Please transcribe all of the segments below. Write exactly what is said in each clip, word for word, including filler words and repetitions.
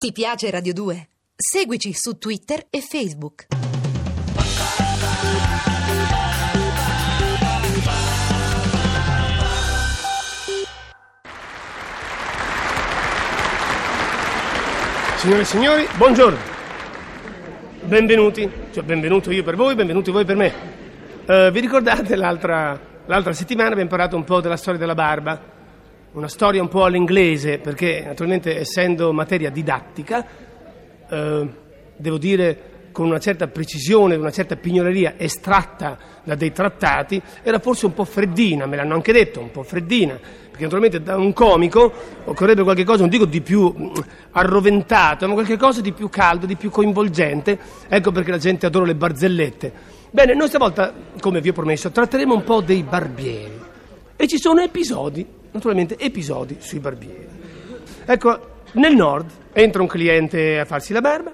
Ti piace Radio due? Seguici su Twitter e Facebook. Signore e signori, buongiorno. Benvenuti, cioè benvenuto io per voi, benvenuti voi per me. Uh, vi ricordate l'altra, l'altra settimana abbiamo parlato un po' della storia della barba? Una storia un po' all'inglese, perché naturalmente essendo materia didattica, uh, devo dire con una certa precisione, una certa pignoreria estratta da dei trattati, era forse un po' freddina, me l'hanno anche detto, un po' freddina, perché naturalmente da un comico occorrerebbe qualche cosa, non dico di più arroventato, ma qualche cosa di più caldo, di più coinvolgente. Ecco perché la gente adora le barzellette. Bene, noi stavolta, come vi ho promesso, tratteremo un po' dei barbieri, e ci sono episodi, naturalmente episodi sui barbieri. Ecco, nel nord entra un cliente a farsi la barba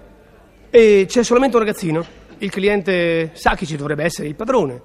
e c'è solamente un ragazzino. Il cliente sa chi ci dovrebbe essere, il padrone,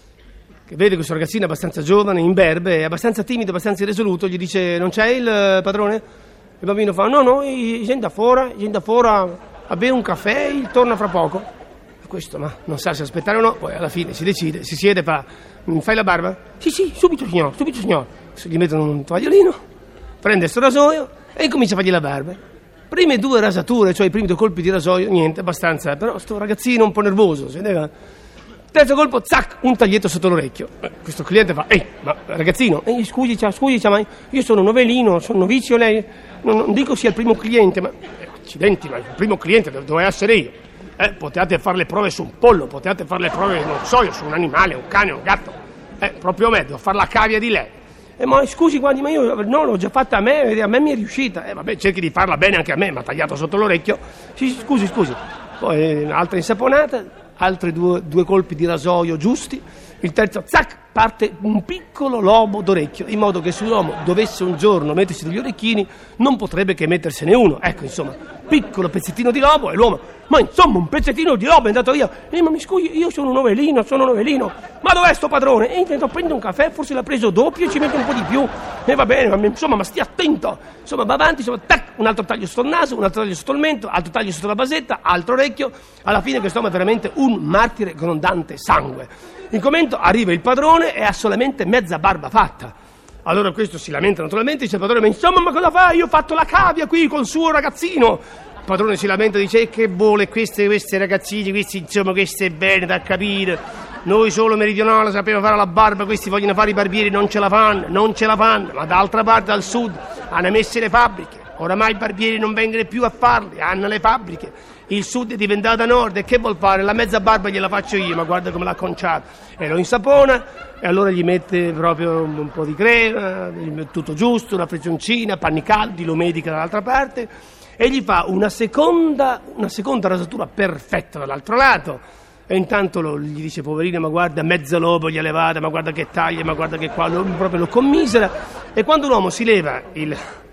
che vede questo ragazzino abbastanza giovane, imberbe, abbastanza timido, abbastanza irresoluto, gli dice: non c'è il padrone? Il bambino fa: no, no, viene da fuori, viene da fuori a bere un caffè e torna fra poco. E questo, ma non sa se aspettare o no, poi alla fine si decide, si siede e fa: fai la barba? Sì, sì, subito signor, subito signor. Gli mettono un tovagliolino, prende sto rasoio e incomincia a fargli la barba. Prime due rasature, cioè i primi due colpi di rasoio, niente, abbastanza, però sto ragazzino un po' nervoso, si vedeva. Terzo colpo, zac, un taglietto sotto l'orecchio. Eh, questo cliente fa: ehi, ma ragazzino, eh, scusi, ciao, scusi, ciao, ma io sono novellino, sono novizio, lei, non, non dico sia il primo cliente, ma eh, accidenti, ma il primo cliente dove essere io. Eh, potete fare le prove su un pollo, potete fare le prove, non so io, su un animale, un cane, un gatto. Eh, proprio me, devo fare la cavia di lei. Eh, ma scusi, guardi, ma io no, l'ho già fatta a me, a me mi è riuscita. Eh, vabbè, cerchi di farla bene anche a me, mi ha tagliato sotto l'orecchio. Sì, sì, scusi, scusi. Poi eh, altra insaponata, altri due, due colpi di rasoio giusti. Il terzo, zac, parte un piccolo lobo d'orecchio, in modo che se l'uomo dovesse un giorno mettersi degli orecchini, non potrebbe che mettersene uno. Ecco, insomma, piccolo pezzettino di lobo e l'uomo: ma insomma, un pezzettino di lobo è andato via. Eh, ma mi scusi, io sono un novellino, sono un novellino. Ma dov'è sto padrone? E intendo prendere un caffè, forse l'ha preso doppio e ci mette un po' di più. E eh, va bene, ma insomma, ma stia attento. Insomma, va avanti, insomma, tac, un altro taglio sotto il naso, un altro taglio sotto il mento, altro taglio sotto la basetta, altro orecchio. Alla fine quest'uomo è veramente un martire grondante sangue. In commento arriva il padrone e ha solamente mezza barba fatta. Allora questo si lamenta naturalmente, dice: padrone, ma insomma, ma cosa fa? Io ho fatto la cavia qui col suo ragazzino. Il padrone si lamenta e dice: e che vuole queste, queste ragazzine, questi insomma, queste è bene da capire. Noi solo meridionale sappiamo fare la barba, questi vogliono fare i barbieri, non ce la fanno, non ce la fanno. Ma d'altra parte al sud hanno messo le fabbriche, oramai i barbieri non vengono più a farli, hanno le fabbriche. Il sud è diventato a nord e che vuol fare? La mezza barba gliela faccio io, ma guarda come l'ha conciata. E lo insapona e allora gli mette proprio un po' di crema, tutto giusto, una frizioncina, panni caldi, lo medica dall'altra parte e gli fa una seconda, una seconda rasatura perfetta dall'altro lato. E intanto lo, gli dice: poverino, ma guarda, mezzo lobo gli ha levata, ma guarda che taglia, ma guarda che qua, lo, proprio lo commisera. E quando l'uomo si leva il,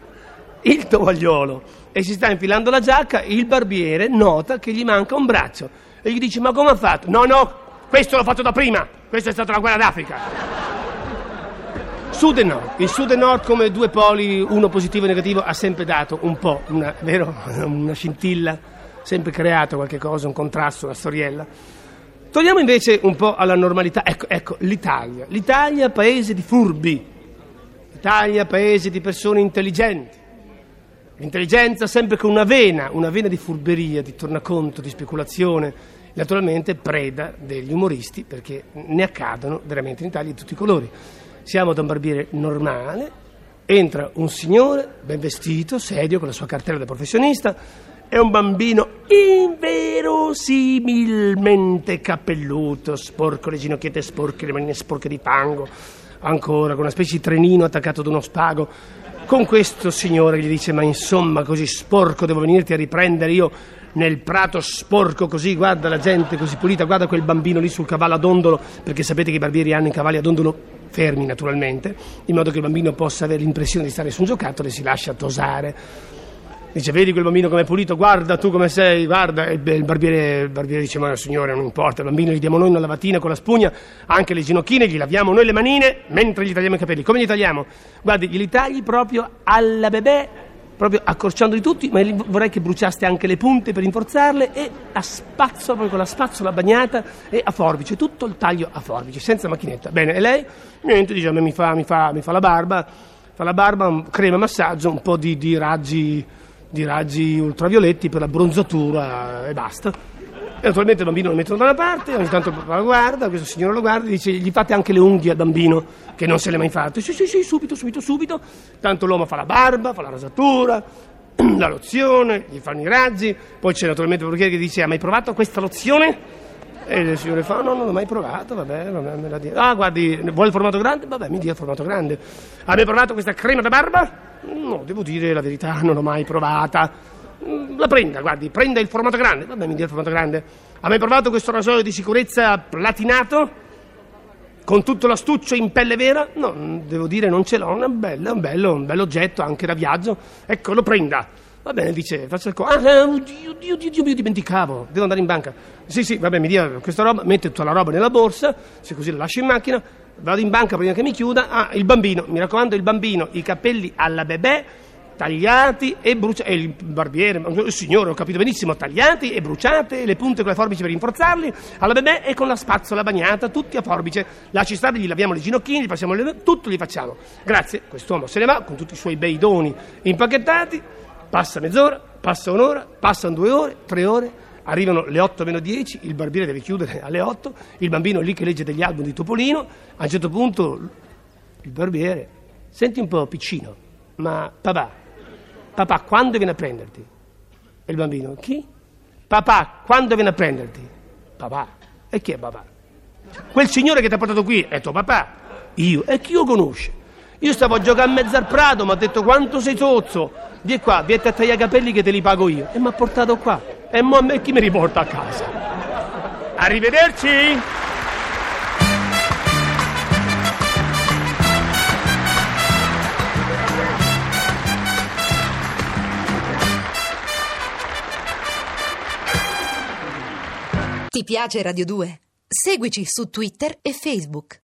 il tovagliolo e si sta infilando la giacca, il barbiere nota che gli manca un braccio e gli dice: ma come ha fatto? No, no, questo l'ho fatto da prima, questa è stata la guerra d'Africa. Sud e nord, il sud e nord come due poli, uno positivo e negativo, ha sempre dato un po', una, vero, una scintilla, sempre creato qualche cosa, un contrasto, una storiella. Torniamo invece un po' alla normalità. Ecco, ecco, l'Italia, l'Italia paese di furbi, l'Italia paese di persone intelligenti. L'intelligenza sempre con una vena, una vena di furberia, di tornaconto, di speculazione, naturalmente preda degli umoristi, perché ne accadono veramente in Italia di tutti i colori. Siamo da un barbiere normale, entra un signore ben vestito, serio, con la sua cartella da professionista, e un bambino inverosimilmente cappelluto, sporco, le ginocchiette sporche, le manine sporche di fango, ancora con una specie di trenino attaccato ad uno spago. Con questo signore gli dice: ma insomma, così sporco devo venirti a riprendere io nel prato sporco così, guarda la gente così pulita, guarda quel bambino lì sul cavallo a dondolo, perché sapete che i barbieri hanno i cavalli a dondolo fermi naturalmente, in modo che il bambino possa avere l'impressione di stare su un giocattolo e si lascia tosare. Dice: vedi quel bambino com'è pulito, guarda tu come sei, guarda. E il barbiere, il barbiere dice: ma signore, non importa, il bambino gli diamo noi una lavatina con la spugna, anche le ginocchine, gli laviamo noi le manine mentre gli tagliamo i capelli. Come gli tagliamo? Guardi, glieli tagli proprio alla bebè proprio accorciandoli tutti, ma vorrei che bruciaste anche le punte per rinforzarle, e a spazzola, proprio con la spazzola bagnata e a forbice, tutto il taglio a forbice, senza macchinetta. Bene, e lei? Niente, dice, a me mi fa, mi fa, mi fa la barba, fa la barba, crema massaggio, un po' di, di raggi di raggi ultravioletti per la bronzatura e basta. E naturalmente il bambino lo mettono da una parte, ogni tanto lo guarda, questo signore lo guarda e dice, gli fate anche le unghie al bambino che non se le ha mai fatte? Sì, sì, sì, subito, subito, subito. Tanto l'uomo fa la barba, fa la rasatura, la lozione, gli fanno i raggi, poi c'è naturalmente il parrucchiere che dice, hai mai provato questa lozione? E il signore fa, no, non l'ho mai provato, vabbè, vabbè, me la dia. Ah, guardi, vuole il formato grande? Vabbè, mi dia il formato grande. Hai mai provato questa crema da barba? No, devo dire la verità, non l'ho mai provata. La prenda, guardi, prenda il formato grande. Vabbè, mi dia il formato grande. Ha mai provato questo rasoio di sicurezza platinato? Con tutto l'astuccio in pelle vera? No, devo dire non ce l'ho, un bello, un bello, un bello oggetto anche da viaggio. Ecco, lo prenda. Va bene, dice, faccia il co... Ah, oddio, oddio, oddio, mi dimenticavo, devo andare in banca. Sì, sì, vabbè, mi dia questa roba, mette tutta la roba nella borsa, se così la lascio in macchina, vado in banca prima che mi chiuda. Ah, il bambino, mi raccomando, il bambino, i capelli alla bebè, tagliati e bruciati, e il barbiere, il signore, ho capito benissimo, tagliati e bruciate, le punte con le forbici per rinforzarli, alla bebè e con la spazzola bagnata, tutti a forbice. Lasci stare, gli laviamo le ginocchini, gli passiamo le... tutto gli facciamo. Grazie, quest'uomo se ne va con tutti i suoi bei doni impacchettati, passa mezz'ora, passa un'ora, passano due ore, tre ore, arrivano le otto meno dieci, il barbiere deve chiudere alle otto, il bambino lì che legge degli album di Topolino, a un certo punto il barbiere, senti un po' piccino, ma papà, papà, quando viene a prenderti? E il bambino, chi? Papà, quando viene a prenderti? Papà. E chi è papà? Quel signore che ti ha portato qui è tuo papà? Io. E chi lo conosce? Io stavo a giocare a mezzo al prato, mi ha detto quanto sei sozzo. Vieni qua, vieni a tagliare i capelli che te li pago io. E mi ha portato qua. E mo a me chi mi riporta a casa? Arrivederci! Ti piace Radio due? Seguici su Twitter e Facebook.